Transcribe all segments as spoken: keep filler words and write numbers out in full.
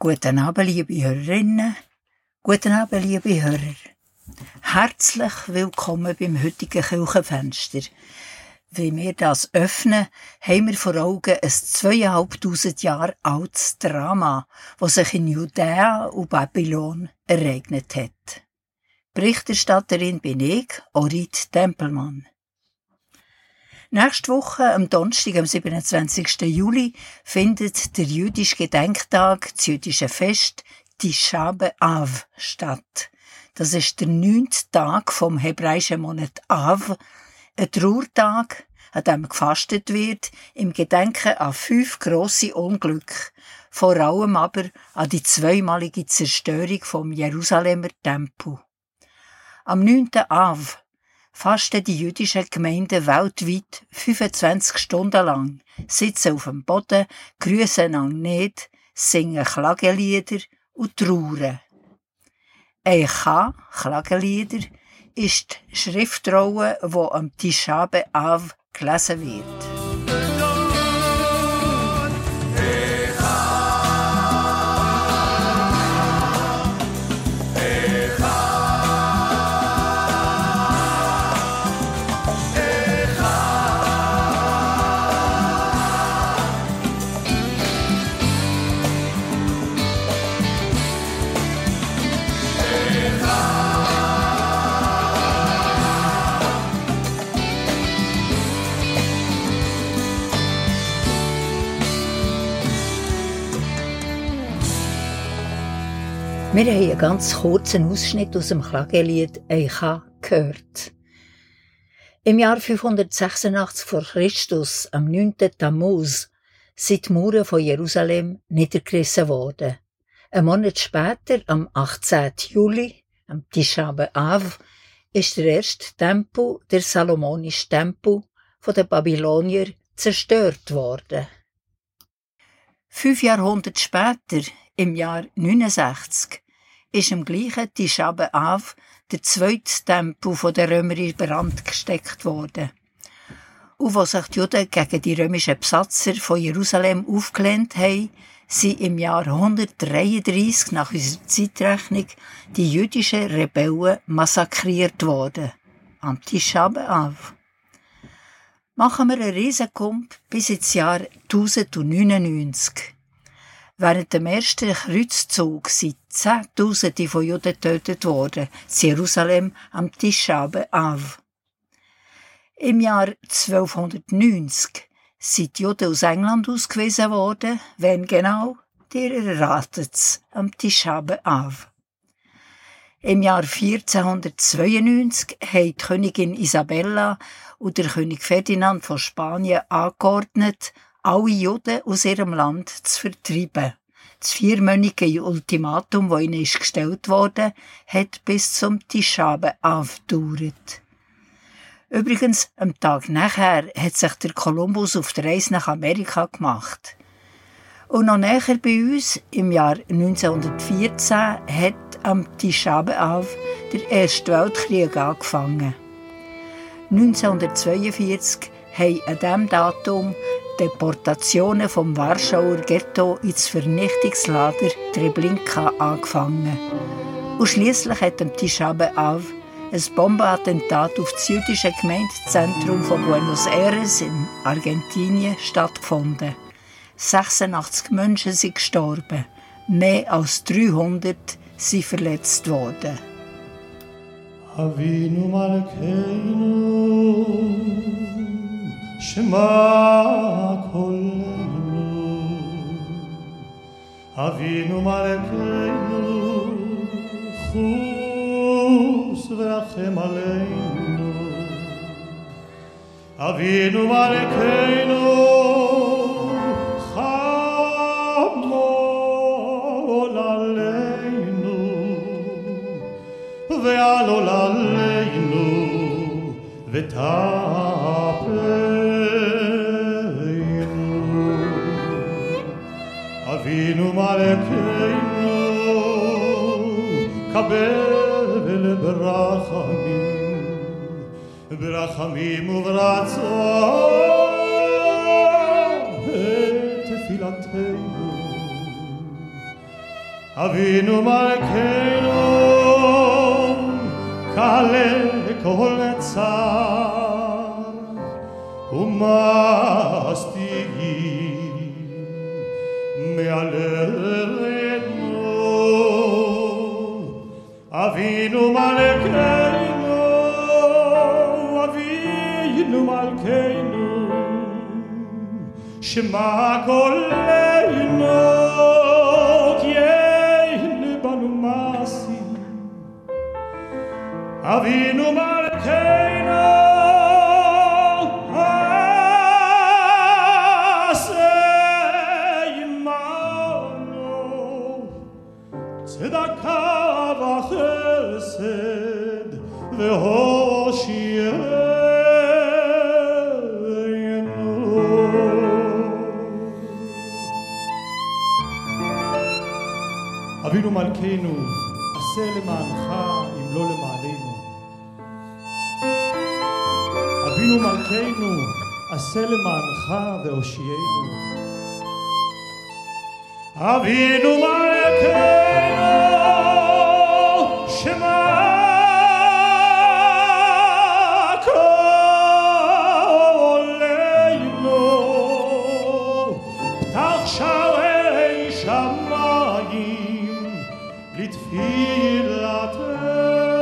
Guten Abend, liebe Hörerinnen. Guten Abend, liebe Hörer. Herzlich willkommen beim heutigen Kirchenfenster. Wenn wir das öffnen, haben wir vor Augen ein zweieinhalbtausend Jahre altes Drama, das sich in Judäa und Babylon ereignet hat. Berichterstatterin bin ich, Orit Tempelmann. Nächste Woche, am Donnerstag, am siebenundzwanzigsten Juli, findet der jüdische Gedenktag, das jüdische Fest, Tisha B'Av, statt. Das ist der neunte Tag vom hebräischen Monat Av, ein Trauertag, an dem gefastet wird, im Gedenken an fünf grosse Unglücke, vor allem aber an die zweimalige Zerstörung vom Jerusalemer Tempel. Am neunten Av fasten die jüdischen Gemeinden weltweit fünfundzwanzig Stunden lang, sitzen auf dem Boden, grüßen einander nicht, singen Klagelieder und trauern. Eicha, Klagelieder, ist die Schriftrolle, die am Tisha B'Av gelesen wird. Wir haben einen ganz kurzen Ausschnitt aus dem Klagelied «Eicha» gehört. Im Jahr fünfhundertsechsundachtzig vor Christus, am neunten Tammuz, sind die Mauern von Jerusalem niedergerissen worden. Ein Monat später, am achtzehnten Juli, am Tisha B'Av, ist der erste Tempel, der salomonische Tempel, von den Babyloniern zerstört worden. Fünf Jahrhunderte später, im Jahr neunundsechzig, ist im gleichen Tisha B'Av der zweite Tempel der Römer in Brand gesteckt worden. Und als sich die Juden gegen die römischen Besatzer von Jerusalem aufgelehnt haben, sind im Jahr hundertdreiunddreissig nach unserer Zeitrechnung die jüdischen Rebellen massakriert worden. Am Tisha B'Av. Machen wir einen Riesenkump bis ins Jahr tausendneunundneunzig. Während dem ersten Kreuzzug sind Zehntausende von Juden getötet worden, in Jerusalem am Tisha B'Av. Im Jahr zwölfhundertneunzig sind die Juden aus England ausgewiesen worden, wenn genau, ihr erratet's, am Tisha B'Av. Im Jahr vierzehnhundertzweiundneunzig haben die Königin Isabella und der König Ferdinand von Spanien angeordnet, alle Juden aus ihrem Land zu vertreiben. Das viermonige Ultimatum, das ihnen gestellt wurde, hat bis zum Tisha B'Av gedauert. Übrigens, am Tag nachher hat sich der Kolumbus auf die Reise nach Amerika gemacht. Und noch näher bei uns, im Jahr neunzehnhundertvierzehn, hat am Tisha B'Av der Erste Weltkrieg angefangen. neunzehnhundertzweiundvierzig haben an diesem Datum Deportationen vom Warschauer Ghetto ins Vernichtungslager Treblinka angefangen. Und schliesslich hat am Tisha B'Av ein Bombenattentat auf das jüdische Gemeindezentrum von Buenos Aires in Argentinien stattgefunden. sechsundachtzig Menschen sind gestorben, mehr als dreihundert sind verletzt worden. Avinu Malkeinu Shema Kolenu Avinu Malkeinu Chus V'rachem Aleinu Avinu Malkeinu Chamol Aleinu Ve'alol Aleinu V'tapeinu Avinu Malkeinu Kabel Brachamim Brachamim Uvratzon Et Tefilateinu Avinu Malkeinu kale kol netzar umastigim me'alerenu Avinu Malkeinu Avinu Malkeinu Shema koleinu Avinu Malkeinu aseh imanu tzedaka v'chesed v'hoshiyenu Avinu Malkeinu aseh למענך אם לא למעננו אבינו מלכנו, עשה למענך והושיענו. אבינו מלכנו, שמע קולנו, פתח שערי שמיים לתפילתנו.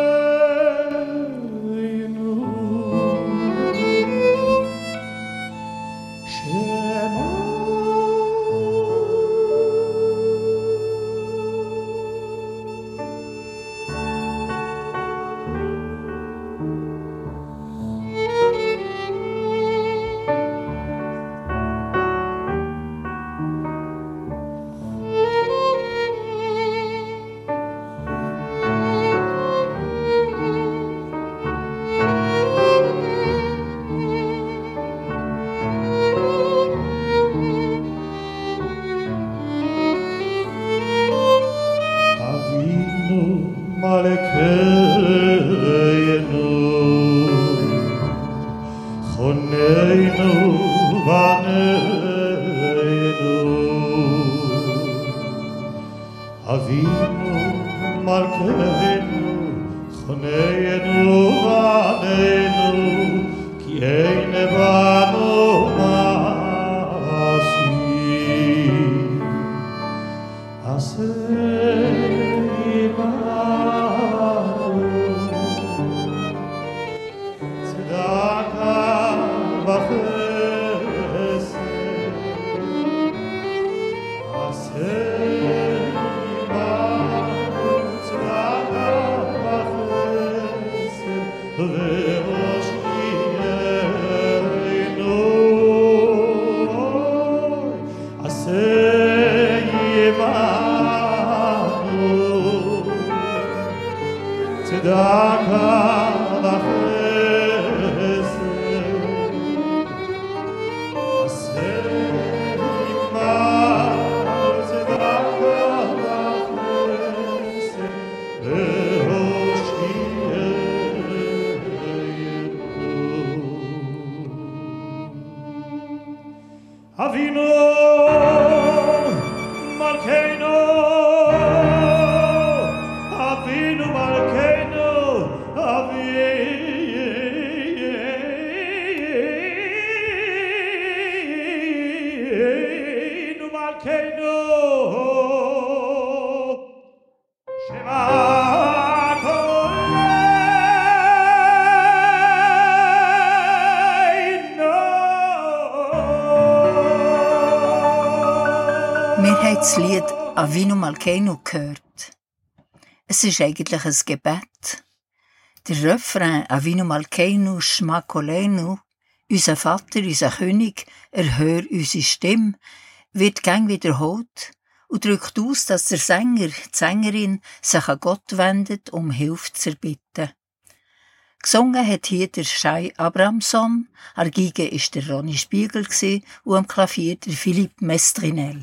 Das Lied Avinu Malkeinu gehört. Es ist eigentlich ein Gebet. Der Refrain Avinu Malkeinu Shema Kolenu, unser Vater, unser König, erhör unsere Stimme, wird gern wiederholt und drückt aus, dass der Sänger, die Sängerin sich an Gott wendet, um Hilfe zu erbitten. Gesungen hat hier der Shai Abramson, an der Geige war der Ronny Spiegel und am Klavier der Philipp Mestrinel.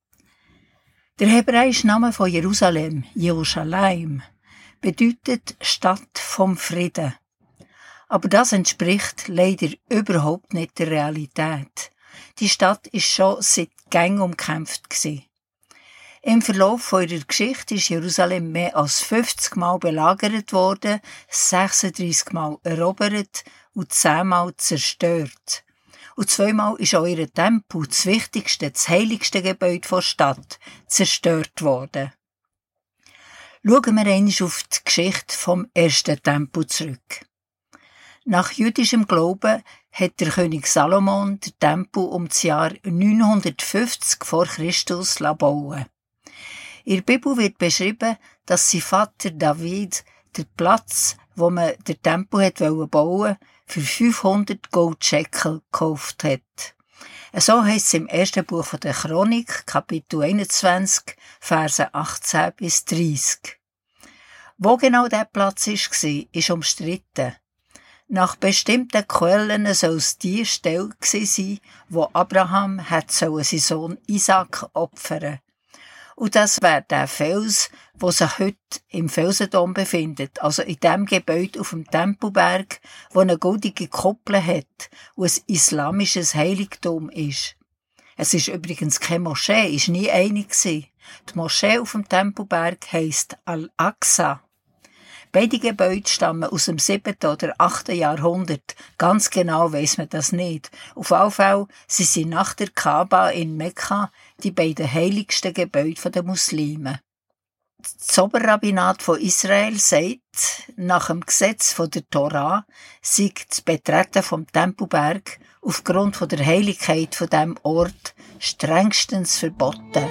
Der hebräische Name von Jerusalem, Jerusalem, bedeutet Stadt vom Frieden. Aber das entspricht leider überhaupt nicht der Realität. Die Stadt ist schon seit Gängen umkämpft gewesen. Im Verlauf ihrer Geschichte ist Jerusalem mehr als fünfzig Mal belagert worden, sechsunddreissig Mal erobert und zehn Mal zerstört. Und zweimal ist auch ihr Tempel, das wichtigste, das heiligste Gebäude der Stadt, zerstört worden. Schauen wir einmal auf die Geschichte vom ersten Tempel zurück. Nach jüdischem Glauben hat der König Salomon den Tempel um das Jahr neunhundertfünfzig vor Christus bauen. In der Bibel wird beschrieben, dass sein Vater David den Platz, wo man den Tempel hat bauen wollte, für fünfhundert Goldschekel gekauft hat. So heisst es im ersten Buch der Chronik, Kapitel einundzwanzig, Verse achtzehn bis dreißig. Wo genau der Platz war, ist umstritten. Nach bestimmten Quellen soll es die Stelle sein, wo Abraham hat seinen Sohn Isaac opfern. Und das wäre der Fels, der sich heute im Felsendom befindet, also in dem Gebäude auf dem Tempelberg, wo eine goldige Kuppel hat und ein islamisches Heiligtum ist. Es ist übrigens keine Moschee, ist nie eine gewesen. Die Moschee auf dem Tempelberg heisst Al-Aqsa. Beide Gebäude stammen aus dem siebten oder achten Jahrhundert. Ganz genau weiss man das nicht. Auf jeden Fall sie sind nach der Kaaba in Mekka die beiden heiligsten Gebäude der Muslime. Das Oberrabbinat von Israel sagt, nach dem Gesetz von der Tora sei das Betreten vom Tempelberg aufgrund von der Heiligkeit von diesem Ort strengstens verboten.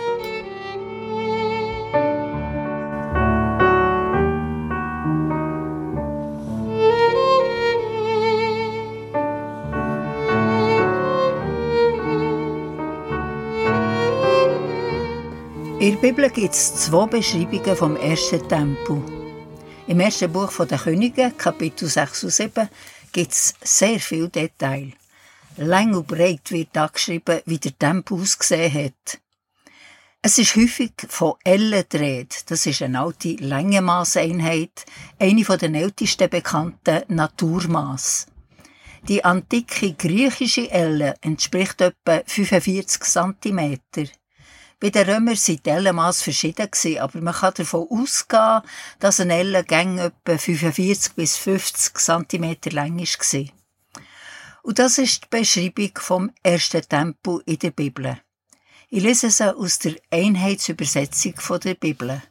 In der Bibel gibt es zwei Beschreibungen vom ersten Tempel. Im ersten Buch der Könige, Kapitel sechs und sieben, gibt es sehr viele Details. Lang und breit wird da geschrieben, wie der Tempel ausgesehen hat. Es ist häufig von Ellen die Rede. Das ist eine alte Längenmaßeinheit, eine der ältesten bekannten Naturmaß. Die antike griechische Elle entspricht etwa fünfundvierzig Zentimeter. Bei den Römern waren die Ellenmasse verschieden, aber man kann davon ausgehen, dass eine Ellengänge etwa fünfundvierzig bis fünfzig Zentimeter lang war. Und das ist die Beschreibung vom ersten Tempel in der Bibel. Ich lese sie aus der Einheitsübersetzung der Bibel.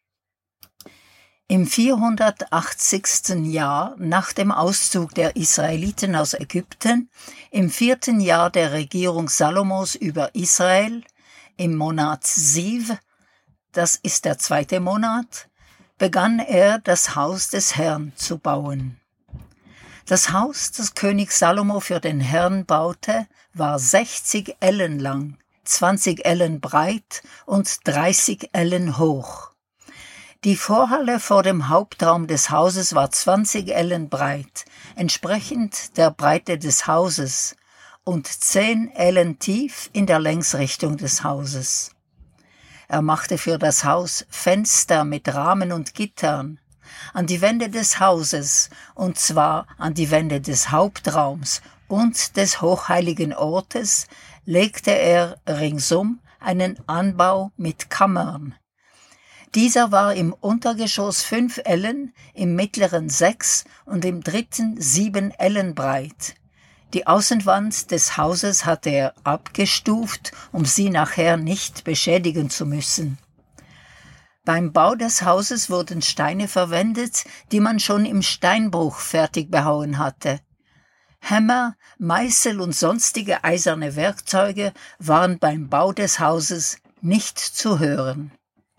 Im vierhundertachtzigsten Jahr nach dem Auszug der Israeliten aus Ägypten, im vierten Jahr der Regierung Salomos über Israel, im Monat Siv, das ist der zweite Monat, begann er, das Haus des Herrn zu bauen. Das Haus, das König Salomo für den Herrn baute, war sechzig Ellen lang, zwanzig Ellen breit und dreißig Ellen hoch. Die Vorhalle vor dem Hauptraum des Hauses war zwanzig Ellen breit, entsprechend der Breite des Hauses, und zehn Ellen tief in der Längsrichtung des Hauses. Er machte für das Haus Fenster mit Rahmen und Gittern an die Wände des Hauses, und zwar an die Wände des Hauptraums und des hochheiligen Ortes, legte er ringsum einen Anbau mit Kammern. Dieser war im Untergeschoss fünf Ellen, im mittleren sechs und im dritten sieben Ellen breit. Die Außenwand des Hauses hatte er abgestuft, um sie nachher nicht beschädigen zu müssen. Beim Bau des Hauses wurden Steine verwendet, die man schon im Steinbruch fertig behauen hatte. Hämmer, Meißel und sonstige eiserne Werkzeuge waren beim Bau des Hauses nicht zu hören.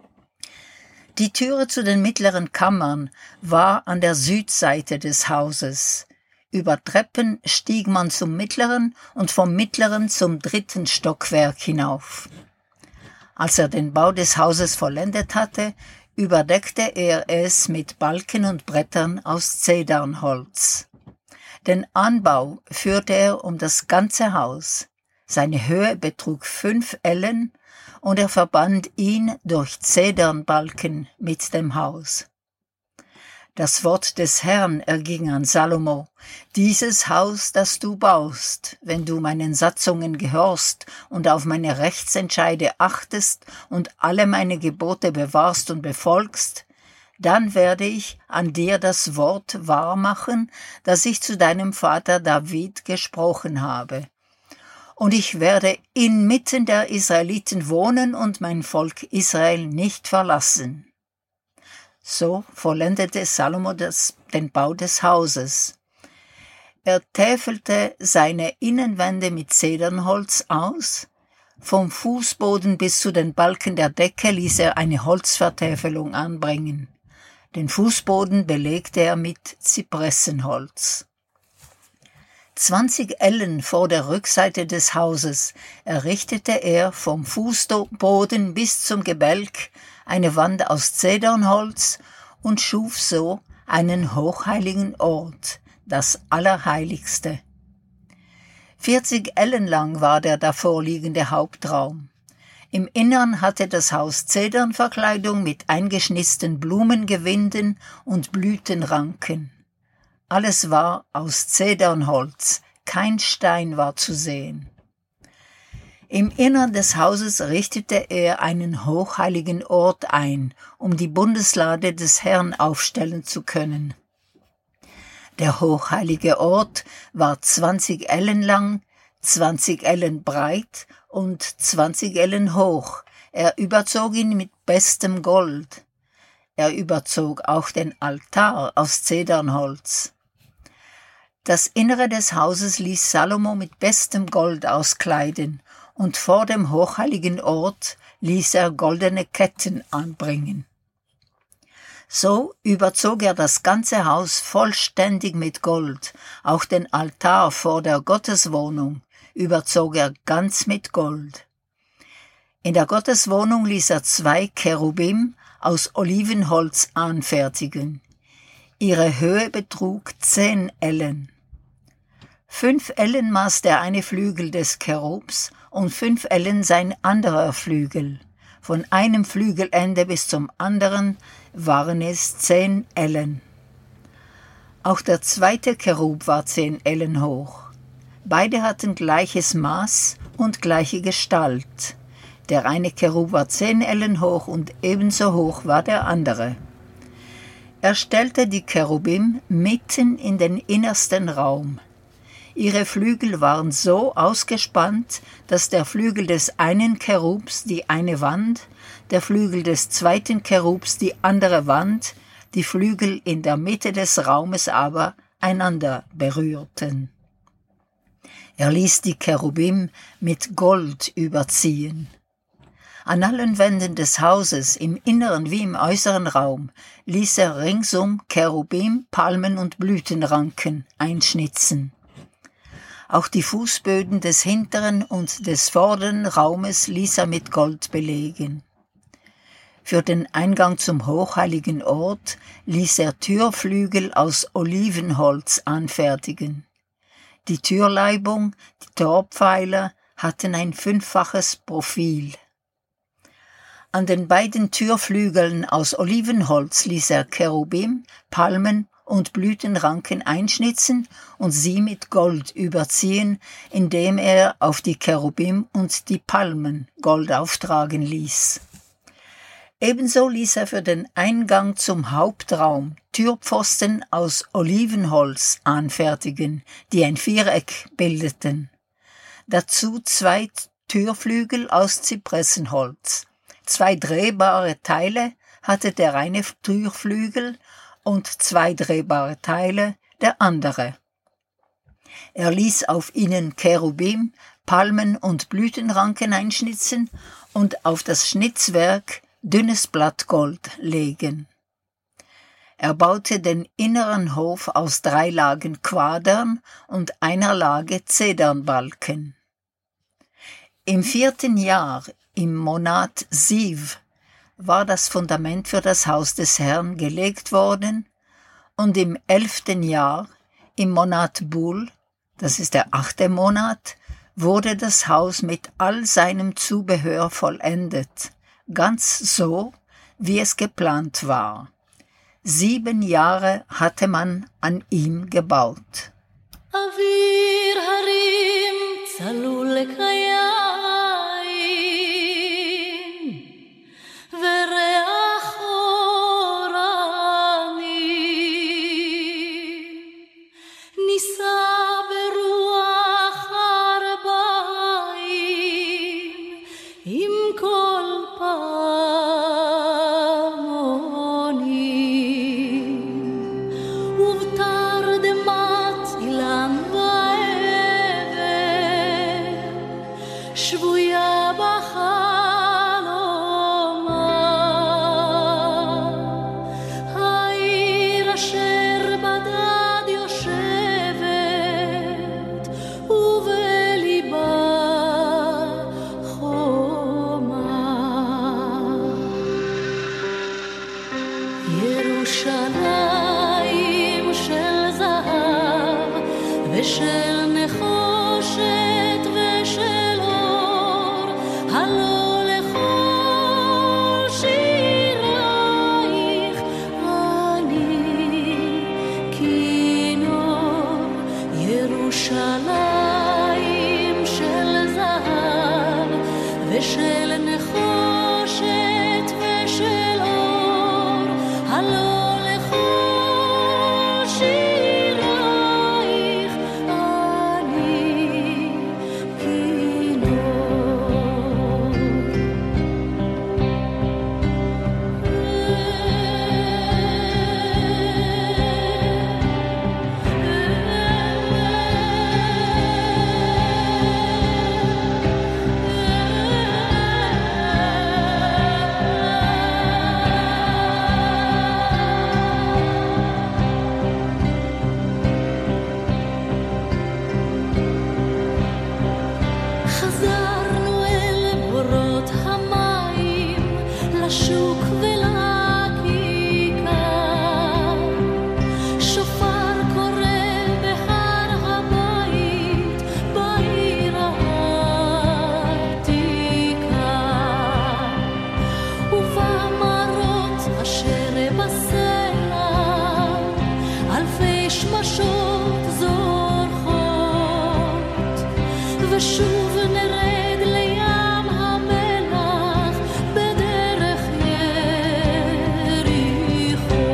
Die Türe zu den mittleren Kammern war an der Südseite des Hauses. Über Treppen stieg man zum mittleren und vom mittleren zum dritten Stockwerk hinauf. Als er den Bau des Hauses vollendet hatte, überdeckte er es mit Balken und Brettern aus Zedernholz. Den Anbau führte er um das ganze Haus. Seine Höhe betrug fünf Ellen und er verband ihn durch Zedernbalken mit dem Haus. Das Wort des Herrn erging an Salomo: Dieses Haus, das du baust, wenn du meinen Satzungen gehorchst und auf meine Rechtsentscheide achtest und alle meine Gebote bewahrst und befolgst, dann werde ich an dir das Wort wahrmachen, das ich zu deinem Vater David gesprochen habe. Und ich werde inmitten der Israeliten wohnen und mein Volk Israel nicht verlassen. So vollendete Salomo das, den Bau des Hauses. Er täfelte seine Innenwände mit Zedernholz aus. Vom Fußboden bis zu den Balken der Decke ließ er eine Holzvertäfelung anbringen. Den Fußboden belegte er mit Zypressenholz. Zwanzig Ellen vor der Rückseite des Hauses errichtete er vom Fußboden bis zum Gebälk eine Wand aus Zedernholz und schuf so einen hochheiligen Ort, das Allerheiligste. Vierzig Ellen lang war der davorliegende Hauptraum. Im Innern hatte das Haus Zedernverkleidung mit eingeschnitzten Blumengewinden und Blütenranken. Alles war aus Zedernholz, kein Stein war zu sehen. Im Innern des Hauses richtete er einen hochheiligen Ort ein, um die Bundeslade des Herrn aufstellen zu können. Der hochheilige Ort war zwanzig Ellen lang, zwanzig Ellen breit und zwanzig Ellen hoch. Er überzog ihn mit bestem Gold. Er überzog auch den Altar aus Zedernholz. Das Innere des Hauses ließ Salomo mit bestem Gold auskleiden, und vor dem hochheiligen Ort ließ er goldene Ketten anbringen. So überzog er das ganze Haus vollständig mit Gold, auch den Altar vor der Gotteswohnung überzog er ganz mit Gold. In der Gotteswohnung ließ er zwei Cherubim aus Olivenholz anfertigen. Ihre Höhe betrug zehn Ellen. Fünf Ellen maß der eine Flügel des Cherubs und fünf Ellen sein anderer Flügel. Von einem Flügelende bis zum anderen waren es zehn Ellen. Auch der zweite Cherub war zehn Ellen hoch. Beide hatten gleiches Maß und gleiche Gestalt. Der eine Cherub war zehn Ellen hoch und ebenso hoch war der andere. Er stellte die Cherubim mitten in den innersten Raum. Ihre Flügel waren so ausgespannt, dass der Flügel des einen Cherubs die eine Wand, der Flügel des zweiten Cherubs die andere Wand, die Flügel in der Mitte des Raumes aber einander berührten. Er ließ die Cherubim mit Gold überziehen. An allen Wänden des Hauses, im inneren wie im äußeren Raum, ließ er ringsum Cherubim, Palmen und Blütenranken einschnitzen. Auch die Fußböden des hinteren und des vorderen Raumes ließ er mit Gold belegen. Für den Eingang zum hochheiligen Ort ließ er Türflügel aus Olivenholz anfertigen. Die Türleibung, die Torpfeiler hatten ein fünffaches Profil. An den beiden Türflügeln aus Olivenholz ließ er Cherubim, Palmen und Blütenranken einschnitzen und sie mit Gold überziehen, indem er auf die Cherubim und die Palmen Gold auftragen ließ. Ebenso ließ er für den Eingang zum Hauptraum Türpfosten aus Olivenholz anfertigen, die ein Viereck bildeten. Dazu zwei Türflügel aus Zypressenholz. Zwei drehbare Teile hatte der eine Türflügel und zwei drehbare Teile der andere. Er ließ auf ihnen Cherubim, Palmen und Blütenranken einschnitzen und auf das Schnitzwerk dünnes Blattgold legen. Er baute den inneren Hof aus drei Lagen Quadern und einer Lage Zedernbalken. Im vierten Jahr, im Monat Siv, war das Fundament für das Haus des Herrn gelegt worden, und im elften Jahr, im Monat Bul, das ist der achte Monat, wurde das Haus mit all seinem Zubehör vollendet, ganz so, wie es geplant war. Sieben Jahre hatte man an ihm gebaut. אוויר הרים צלול לקיים וריח אורני נישא ברוח ארבעים עם כל פעמונים ובתרדמת אילן שבויה בחלומה העיר אשר בדד יושבת ובליבה חומה ירושלים של זהב ושל נחושת ושל הלא לכל שירייך אני כינור ירושלים של זהב ושל נחושת ושל אור הלא לכל שירייך אני כינור חזרנו אל בורות המים לשוק ולכיכר שופר קורא בהר הבית בעיר העתיקה ובמרות אשר בסלע אלפי שמשות זורחות ושוב נרד לים המלח בדרך יריחו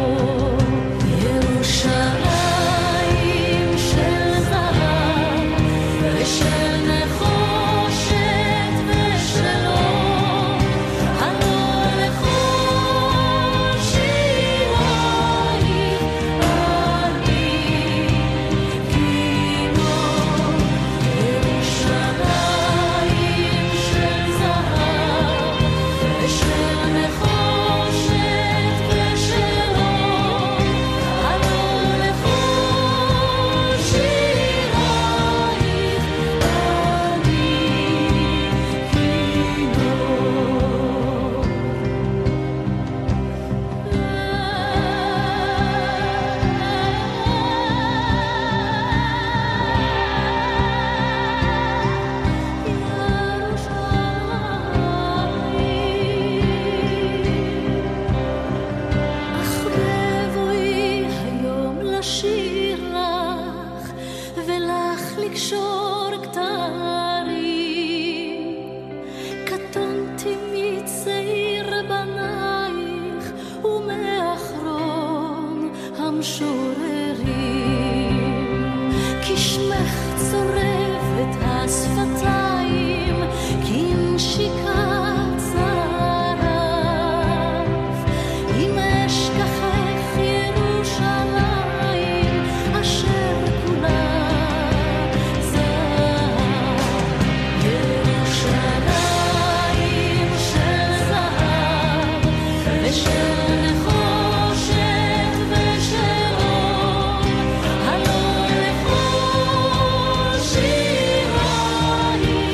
ירושלים של זהב ושל נחושת ושל אור הלא לכל שירייך אני כינור ירושלים של זהב ושל נחושת ושל אור הלא לכל שירייך אני אך בבואי היום לשיר לך ולך לקשור כתרים קטונתי מצעיר בנייך ומאחרון המשוררים כי שמך צורף את השפתיים כנשיקת שרף אם אשכחך ירושלים אשר כולה זהב ירושלים של זהב ושל נחושת ושל אור הלא לכל שירייך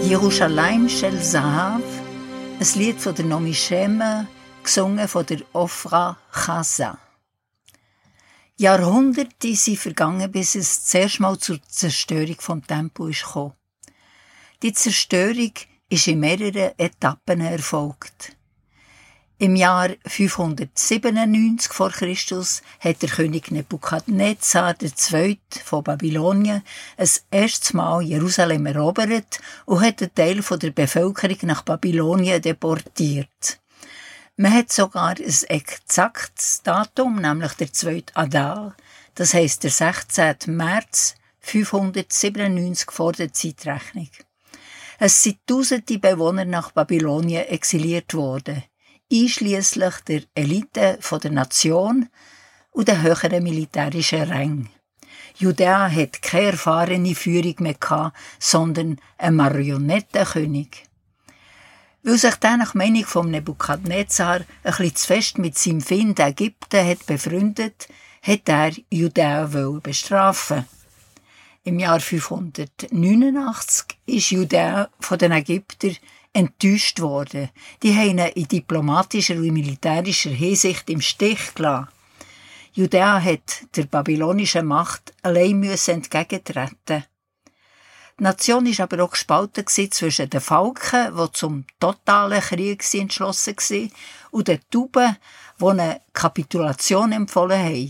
Yerushalayim Shel Zahav, ein Lied von der Nomi Shemer, gesungen von der Ofra Chasa. Jahrhunderte sind vergangen, bis es zuerst mal zur Zerstörung vom Tempel kam. Die Zerstörung ist in mehreren Etappen erfolgt. Im Jahr fünfhundertsiebenundneunzig vor Christus hat der König Nebukadnezar der Zweite von Babylonien ein erstes Mal Jerusalem erobert und hat einen Teil der Bevölkerung nach Babylonien deportiert. Man hat sogar ein exaktes Datum, nämlich der zweite Adar, das heisst der sechzehnten März fünfhundertsiebenundneunzig vor der Zeitrechnung. Es sind tausende Bewohner nach Babylonien exiliert worden, einschliesslich der Elite der Nation und den höheren militärischen Rängen. Judäa hat keine erfahrene Führung mehr gehabt, sondern einen Marionettenkönig. Weil sich der nach Meinung von Nebukadnezar ein bisschen zu fest mit seinem Feind Ägypten hat befreundet, hat er Judäa bestrafen. Im Jahr fünfhundertneunundachtzig ist Judäa von den Ägyptern enttäuscht worden. Die haben ihn in diplomatischer und militärischer Hinsicht im Stich gelassen. Judäa hat der babylonischen Macht allein entgegentreten. Die Nation war aber auch gespalten zwischen den Falken, die zum totalen Krieg entschlossen waren, und den Tauben, die eine Kapitulation empfohlen haben.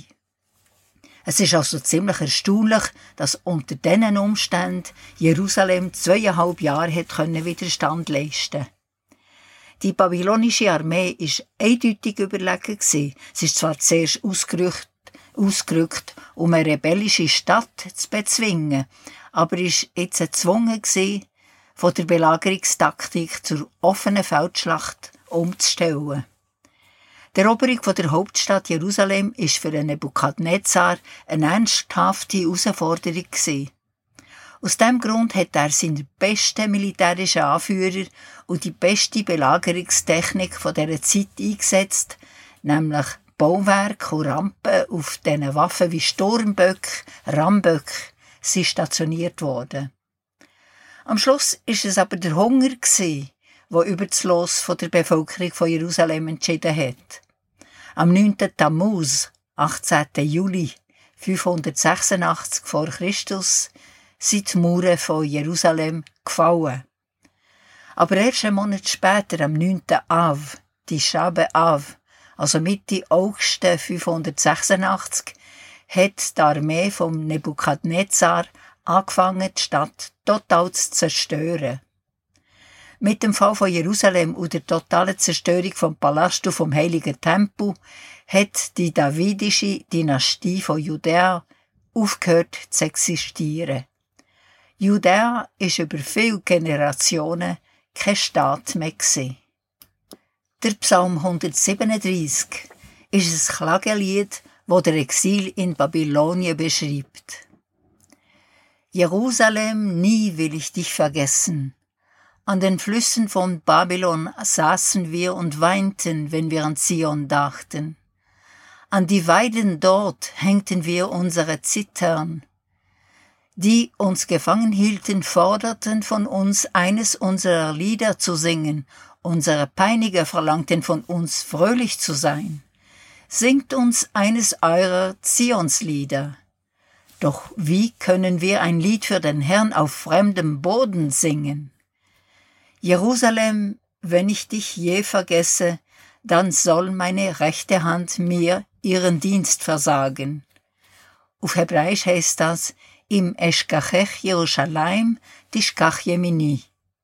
Es ist also ziemlich erstaunlich, dass unter diesen Umständen Jerusalem zweieinhalb Jahre hat Widerstand leisten konnte. Die babylonische Armee war eindeutig überlegen. Sie ist zwar zuerst ausgerückt, ausgerückt, um eine rebellische Stadt zu bezwingen, aber ist jetzt gezwungen gewesen, von der Belagerungstaktik zur offenen Feldschlacht umzustellen. Die Eroberung der Hauptstadt Jerusalem war für Nebukadnezar eine ernsthafte Herausforderung. Aus diesem Grund hat er seine besten militärischen Anführer und die beste Belagerungstechnik dieser Zeit eingesetzt, nämlich Bauwerke und Rampen auf diesen Waffen wie Sturmböcke, Ramböcke, sind stationiert worden. Am Schluss war es aber der Hunger, der über das Los der Bevölkerung von Jerusalem entschieden hat. Am neunten Tammuz, achtzehnten Juli fünfhundertsechsundachtzig vor Christus, sind die Mauern von Jerusalem gefallen. Aber erst einen Monat später, am neunten Av, die Schabe Av, also Mitte August fünfhundertsechsundachtzig, hat die Armee von Nebukadnezar angefangen, die Stadt total zu zerstören. Mit dem Fall von Jerusalem und der totalen Zerstörung vom Palast und vom Heiligen Tempel hat die davidische Dynastie von Judäa aufgehört zu existieren. Judäa ist über viele Generationen kein Staat mehr gewesen. Der Psalm hundertsiebenunddreissig ist ein Klagelied, das der Exil in Babylonien beschreibt. Jerusalem, nie will ich dich vergessen. An den Flüssen von Babylon saßen wir und weinten, wenn wir an Zion dachten. An die Weiden dort hängten wir unsere Zittern. Die uns gefangen hielten, forderten von uns, eines unserer Lieder zu singen. Unsere Peiniger verlangten von uns, fröhlich zu sein. Singt uns eines eurer Zionslieder. Doch wie können wir ein Lied für den Herrn auf fremdem Boden singen? Jerusalem, wenn ich dich je vergesse, dann soll meine rechte Hand mir ihren Dienst versagen. Auf Hebräisch heißt das, im Eschkachech Jerusalem, Tishkach Yemini.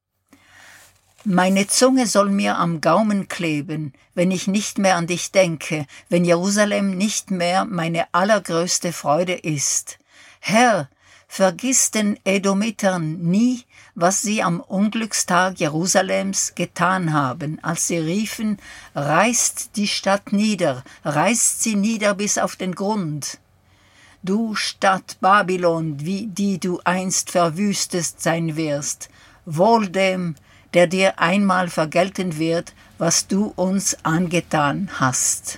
Meine Zunge soll mir am Gaumen kleben, wenn ich nicht mehr an dich denke, wenn Jerusalem nicht mehr meine allergrößte Freude ist. Herr, vergiss den Edomitern nie, was sie am Unglückstag Jerusalems getan haben, als sie riefen, reißt die Stadt nieder, reißt sie nieder bis auf den Grund. Du Stadt Babylon, wie die du einst verwüstet sein wirst, wohl dem, der dir einmal vergelten wird, was du uns angetan hast.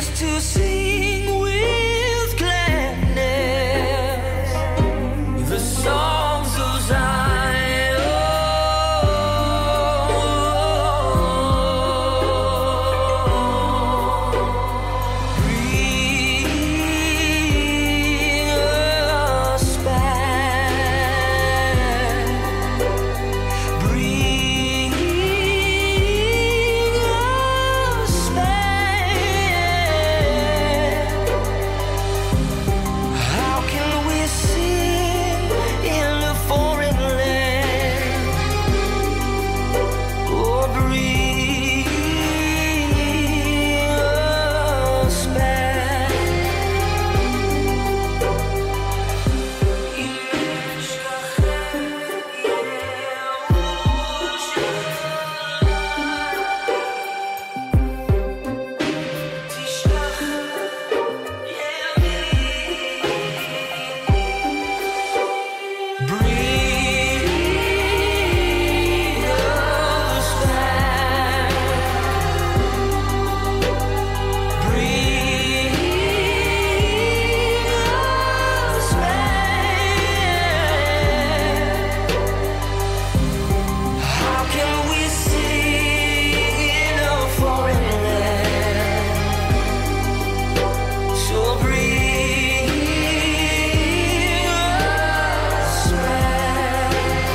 used to sing with gladness the songs of Zion. Bring us back. Bring us back. How can we sing in a foreign land? Oh, bring us back. Bring us back. Bring us back. How can we sing in a foreign land? So bring us back.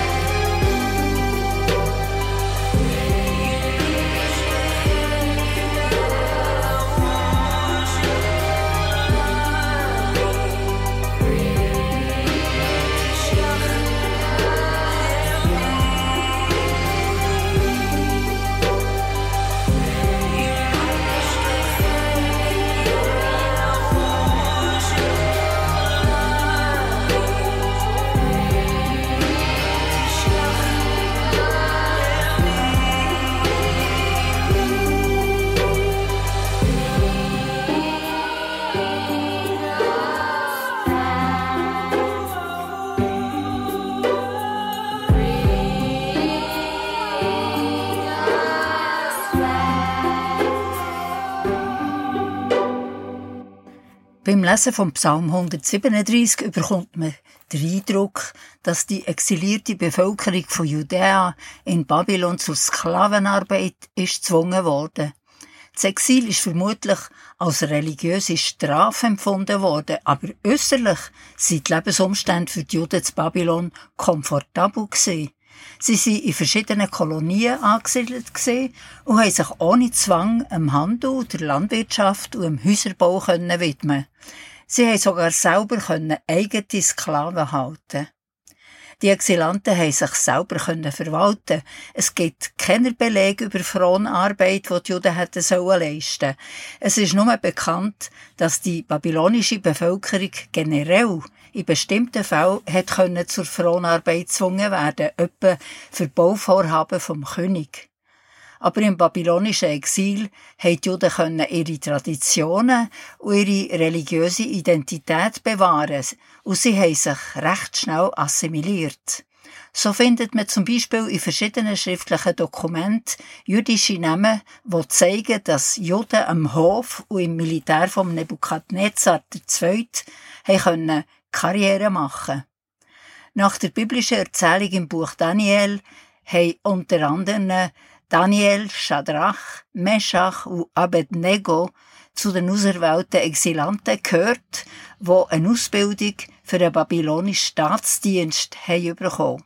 Beim Lesen vom Psalm hundertsiebenunddreißig überkommt man den Eindruck, dass die exilierte Bevölkerung von Judäa in Babylon zur Sklavenarbeit ist gezwungen worden. Das Exil ist vermutlich als religiöse Strafe empfunden worden, aber äußerlich sind die Lebensumstände für die Juden zu Babylon komfortabel gewesen. Sie waren in verschiedenen Kolonien angesiedelt gewesen und haben sich ohne Zwang dem Handel, der Landwirtschaft und dem Häuserbau können widmen. Sie haben sogar selber können eigene Sklaven halten. Die Exilanten haben sich selber können verwalten. Es gibt keine Belege über Fronarbeit, die die Juden hätten sollen leisten. Es ist nur bekannt, dass die babylonische Bevölkerung generell in bestimmten Fällen hat können zur Fronarbeit gezwungen werden, etwa für Bauvorhaben vom König. Aber im babylonischen Exil haben die Juden können ihre Traditionen und ihre religiöse Identität bewahren und sie haben sich recht schnell assimiliert. So findet man zum Beispiel in verschiedenen schriftlichen Dokumenten jüdische Namen, die zeigen, dass Juden am Hof und im Militär von Nebukadnezar der Zweite haben Karriere machen. Nach der biblischen Erzählung im Buch Daniel haben unter anderem Daniel, Schadrach, Meschach und Abednego zu den auserwählten Exilanten gehört, die eine Ausbildung für den babylonischen Staatsdienst haben bekommen.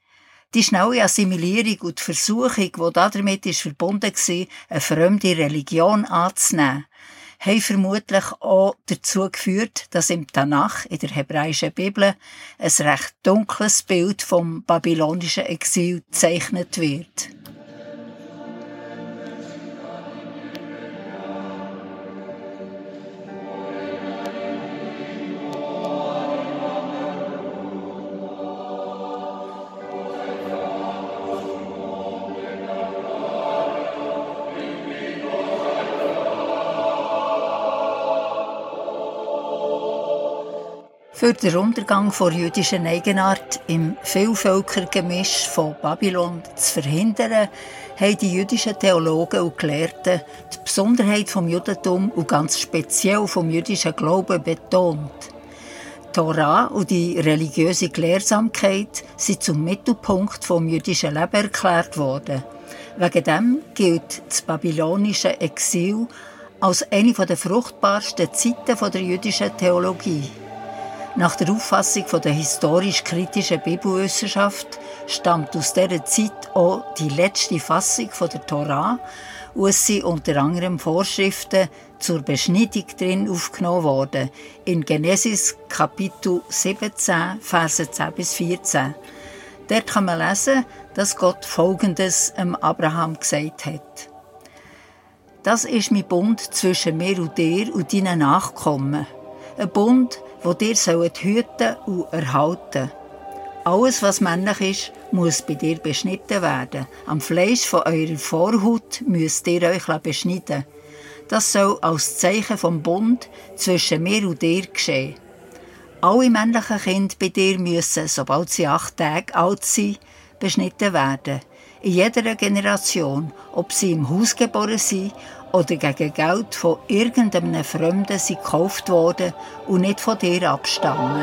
Die schnelle Assimilierung und die Versuchung, die damit ist verbunden war, eine fremde Religion anzunehmen, haben vermutlich auch dazu geführt, dass im Tanach, in der hebräischen Bibel, ein recht dunkles Bild vom babylonischen Exil gezeichnet wird. Für den Untergang der jüdischen Eigenart im Vielvölkergemisch von Babylon zu verhindern, haben die jüdischen Theologen und Gelehrten die Besonderheit vom Judentum und ganz speziell vom jüdischen Glauben betont. Die Torah und die religiöse Gelehrsamkeit sind zum Mittelpunkt vom jüdischen Leben erklärt worden. Wegen dem gilt das babylonische Exil als eine der fruchtbarsten Zeiten der jüdischen Theologie. Nach der Auffassung der historisch-kritischen Bibelwissenschaft stammt aus dieser Zeit auch die letzte Fassung der Torah, wo es sind unter anderem Vorschriften zur Beschneidung drin aufgenommen worden, in Genesis Kapitel siebzehn, Verse zehn bis vierzehn. Dort kann man lesen, dass Gott Folgendes dem Abraham gesagt hat. Das ist mein Bund zwischen mir und dir und deinen Nachkommen. Ein Bund, wo dir sollt hüten und erhalten. Alles, was männlich ist, muss bei dir beschnitten werden. Am Fleisch von eurer Vorhaut müsst ihr euch beschneiden. Das soll als Zeichen vom Bund zwischen mir und dir geschehen. Alle männlichen Kinder bei dir müssen, sobald sie acht Tage alt sind, beschnitten werden. In jeder Generation, ob sie im Haus geboren sind oder gegen Geld von irgendeinem Fremden sind gekauft worden und nicht von dir abstammen.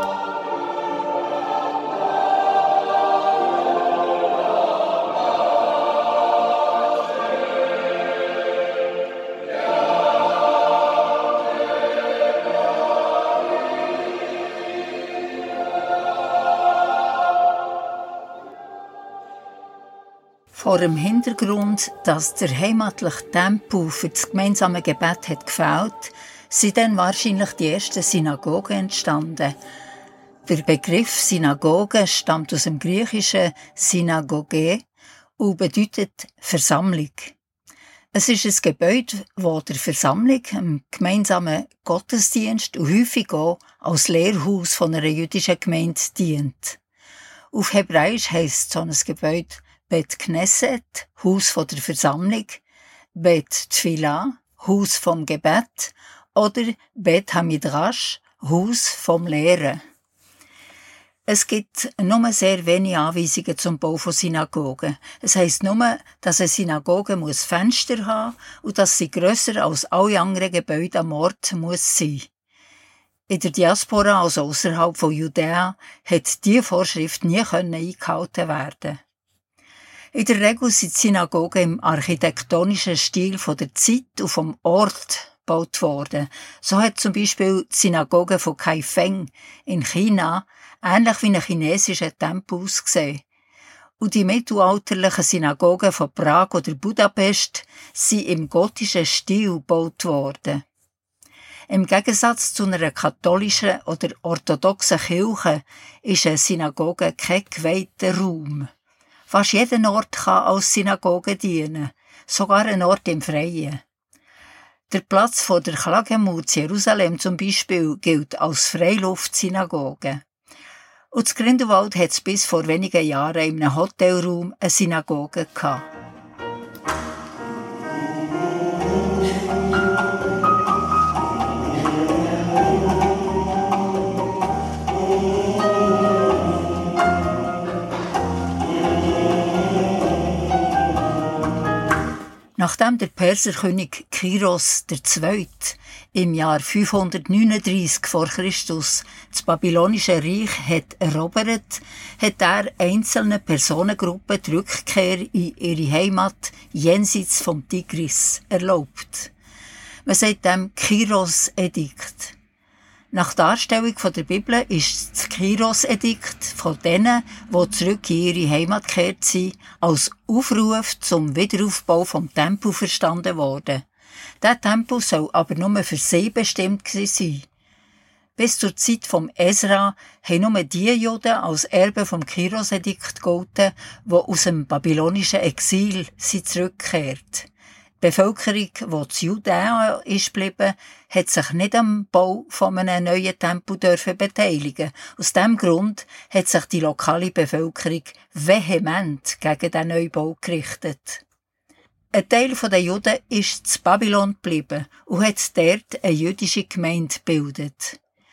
Vor dem Hintergrund, dass der heimatliche Tempel für das gemeinsame Gebet hat gefehlt, sind dann wahrscheinlich die ersten Synagogen entstanden. Der Begriff Synagoge stammt aus dem griechischen Synagoge und bedeutet Versammlung. Es ist ein Gebäude, das der Versammlung, einem gemeinsamen Gottesdienst und häufig auch als Lehrhaus von einer jüdischen Gemeinde dient. Auf Hebräisch heisst so ein Gebäude Bet Knesset, Haus von der Versammlung, Bet Tfilah, Haus vom Gebet oder Bet Hamidrash, Haus vom Lehren. Es gibt nur sehr wenige Anweisungen zum Bau von Synagogen. Es heisst nur, dass eine Synagoge muss Fenster haben und dass sie grösser als alle anderen Gebäude am Ort muss sein. In der Diaspora, also außerhalb von Judäa, hat diese Vorschrift nie eingehalten werden. In der Regel sind die Synagogen im architektonischen Stil von der Zeit und vom Ort gebaut worden. So hat zum Beispiel die Synagoge von Kaifeng in China ähnlich wie ein chinesischer Tempel ausgesehen. Und die mittelalterlichen Synagogen von Prag oder Budapest sind im gotischen Stil gebaut worden. Im Gegensatz zu einer katholischen oder orthodoxen Kirche ist eine Synagoge kein geweihter Raum. Fast jeder Ort kann als Synagoge dienen, sogar ein Ort im Freien. Der Platz von der Klagemut in Jerusalem zum Beispiel gilt als Freiluftsynagoge. Und in Grindelwald hat es bis vor wenigen Jahren in einem Hotelraum eine Synagoge gehabt. Nachdem der Perserkönig Kiros der Zweite im Jahr fünfhundertneununddreissig vor Christus das babylonische Reich hat erobert, hat er einzelnen Personengruppen die Rückkehr in ihre Heimat jenseits vom Tigris erlaubt. Man sagt dem Kiros-Edikt. Nach Darstellung der Bibel ist das Kiros-Edikt von denen, die zurück in ihre Heimat gekehrt sind, als Aufruf zum Wiederaufbau vom Tempel verstanden worden. Der Tempel soll aber nur für sie bestimmt gewesen sein. Bis zur Zeit vom Esra haben nur die Juden als Erbe vom Kiros-Edikt gegolten, die aus dem babylonischen Exil sind zurückgekehrt. Die Bevölkerung, die zu Judäa ist geblieben, hat sich nicht am Bau von einem neuen Tempel dürfen beteiligen. Aus diesem Grund hat sich die lokale Bevölkerung vehement gegen den Neubau gerichtet. Ein Teil der Juden ist zu Babylon geblieben und hat dort eine jüdische Gemeinde gebildet.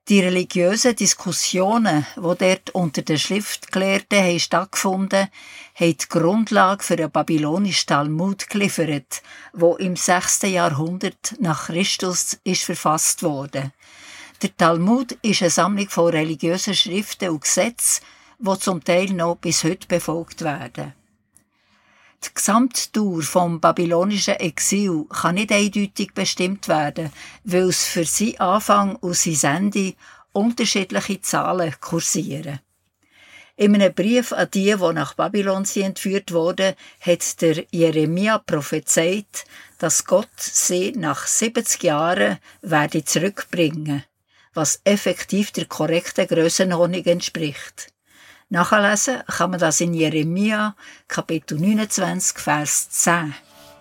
Die religiösen Diskussionen, die dort unter den Schriftgelehrten haben stattgefunden, haben die Grundlage für den babylonischen Talmud geliefert, wo im sechsten Jahrhundert nach Christus ist verfasst wurde. Der Talmud ist eine Sammlung von religiösen Schriften und Gesetzen, die zum Teil noch bis heute befolgt werden. Die Gesamtdauer vom babylonischen Exil kann nicht eindeutig bestimmt werden, weil es für seinen Anfang und sein Ende unterschiedliche Zahlen kursieren. In einem Brief an die, die nach Babylon entführt wurden, hat der Jeremia prophezeit, dass Gott sie nach siebzig Jahren werde zurückbringen, was effektiv der korrekten Grössenordnung entspricht. Nachlesen kann man das in Jeremia, Kapitel neunundzwanzig, Vers zehn.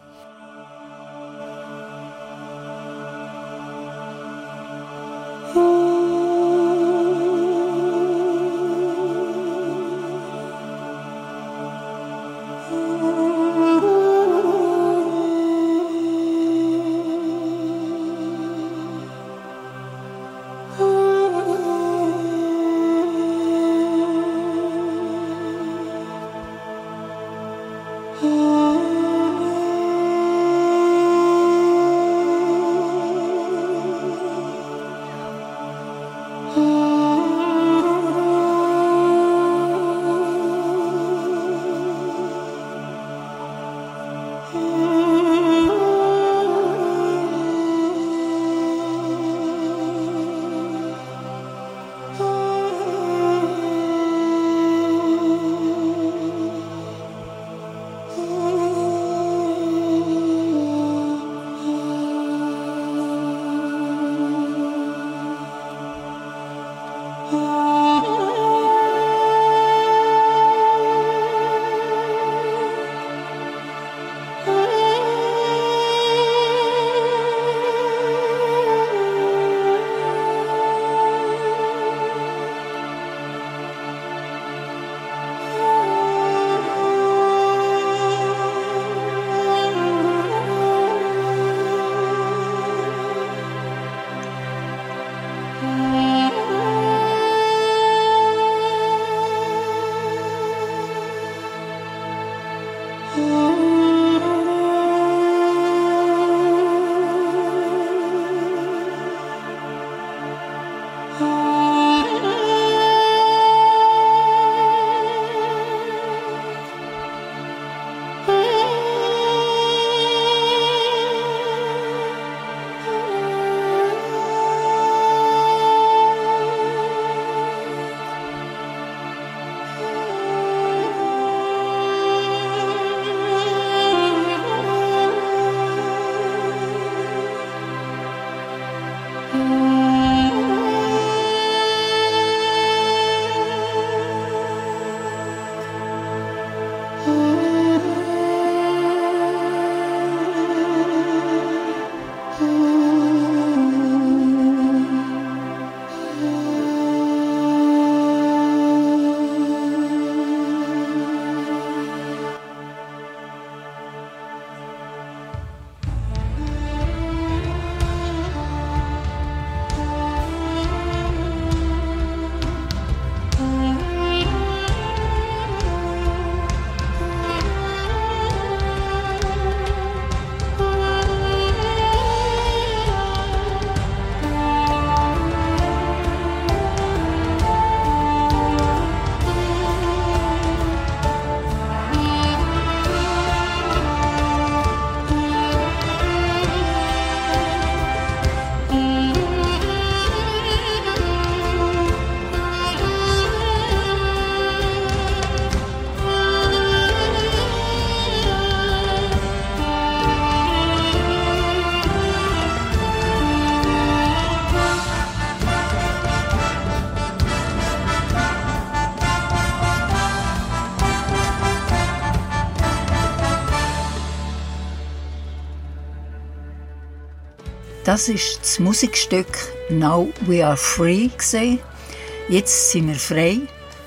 Das ist das Musikstück «Now We Are Free» gewesen. «Jetzt sind wir frei»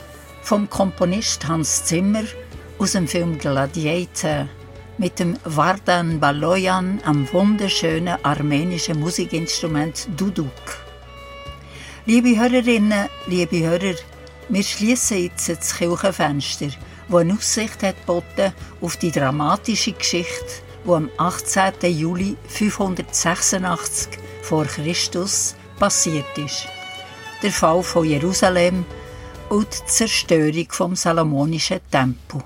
vom Komponist Hans Zimmer aus dem Film Gladiator mit dem Vardan Baloyan am wunderschönen armenischen Musikinstrument Duduk. Liebe Hörerinnen, liebe Hörer, wir schließen jetzt das Kirchenfenster, das eine Aussicht hat geboten auf die dramatische Geschichte, die am achtzehnten Juli fünfhundertsechsundachtzig vor Christus passiert ist. Der Fall von Jerusalem und die Zerstörung vom Salomonischen Tempel.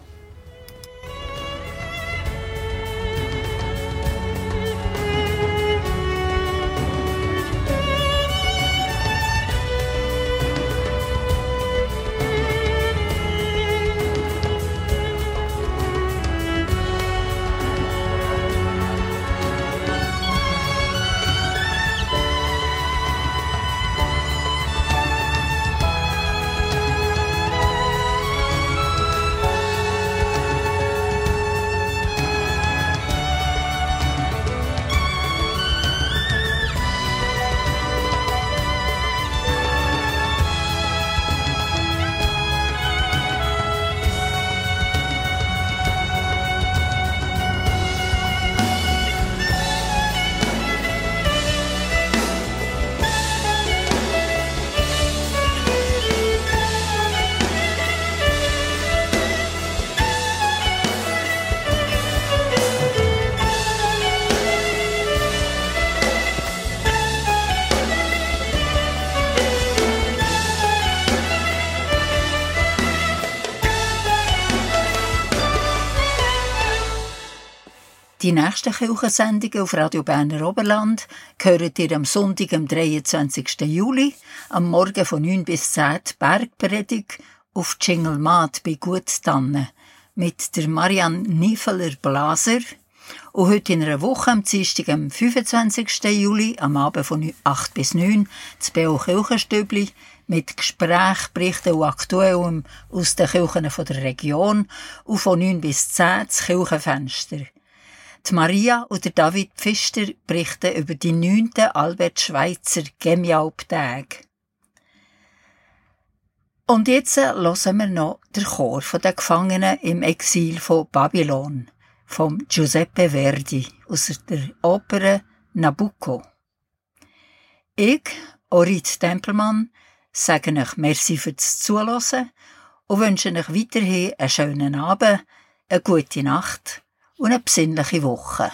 Die nächsten Kirchensendungen auf Radio Berner Oberland gehört ihr am Sonntag, am dreiundzwanzigsten Juli, am Morgen von neun bis zehn die Bergpredigt auf Tschingelmatt bei Guttannen mit der Marianne Niefeler-Blaser. Und heute in einer Woche, am Dienstag, am fünfundzwanzigsten Juli, am Abend von acht bis neun, das B O Kirchenstübli mit Gesprächen, Berichten und Aktuellem aus den Kirchen der Region und von neun bis zehn das Kirchenfenster. Die Maria und der David Pfister berichten über die neunten Albert Schweitzer Gemialp-Tage. Und jetzt hören wir noch den Chor der Gefangenen im Exil von Babylon, von Giuseppe Verdi aus der Oper Nabucco. Ich, Orit Tempelmann, sage euch merci fürs Zuhören und wünsche euch weiterhin einen schönen Abend, eine gute Nacht und eine besinnliche Woche.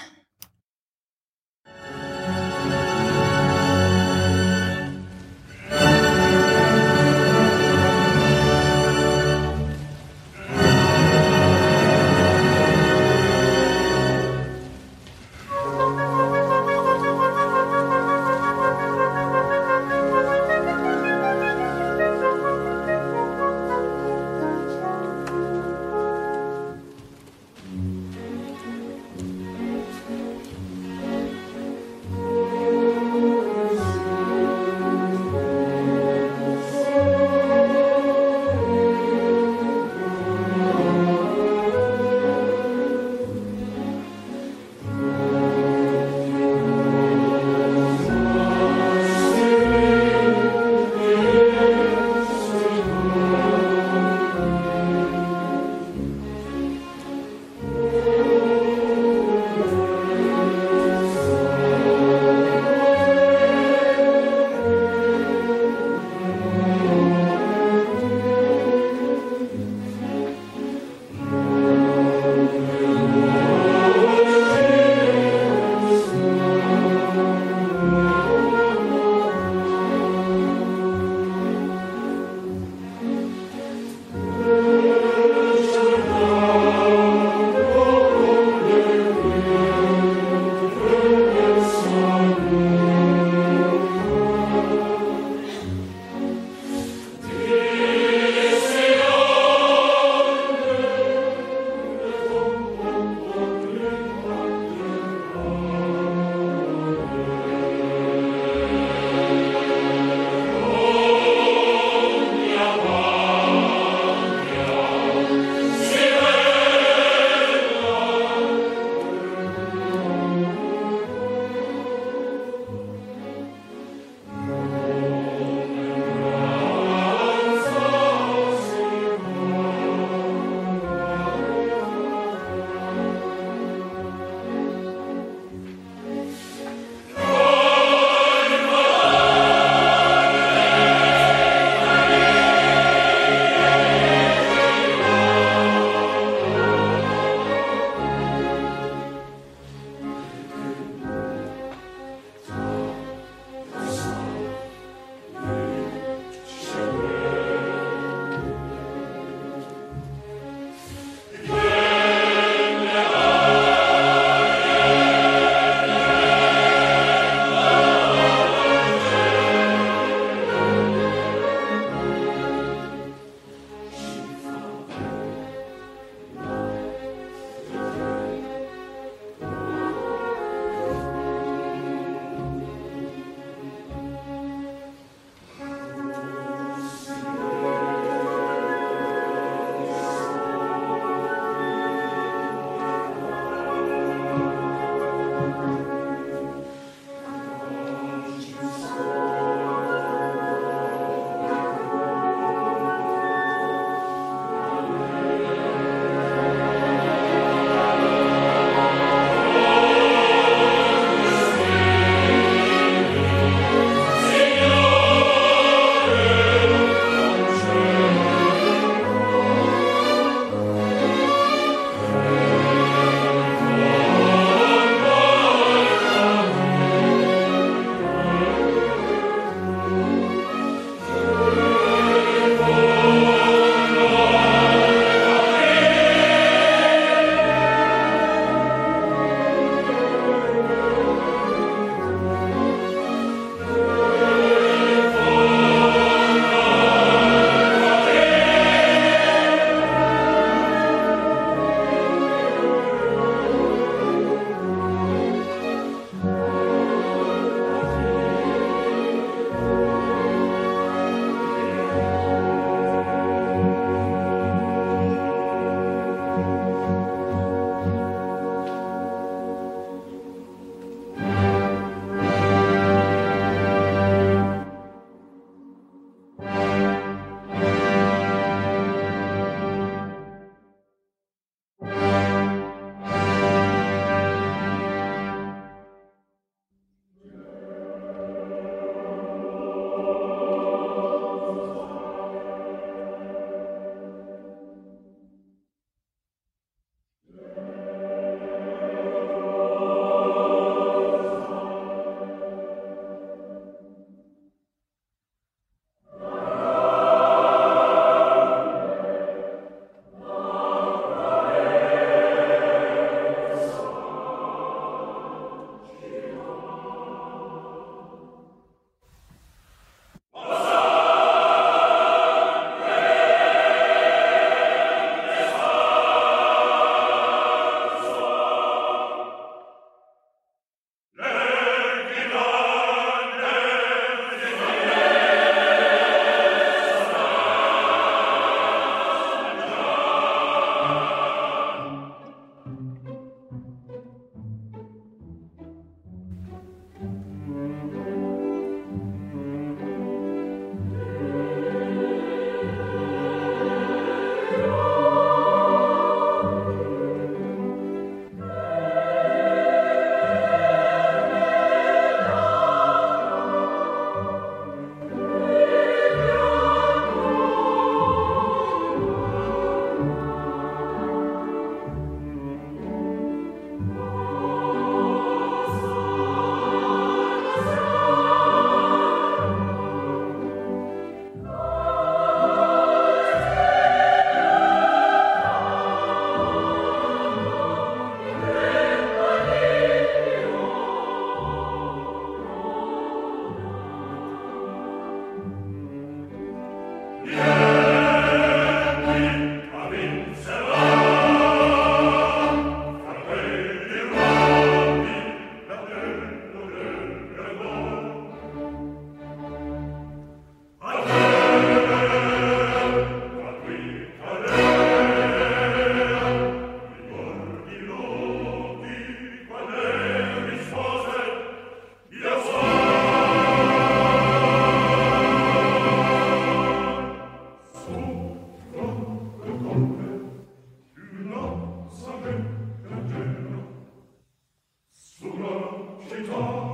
Tag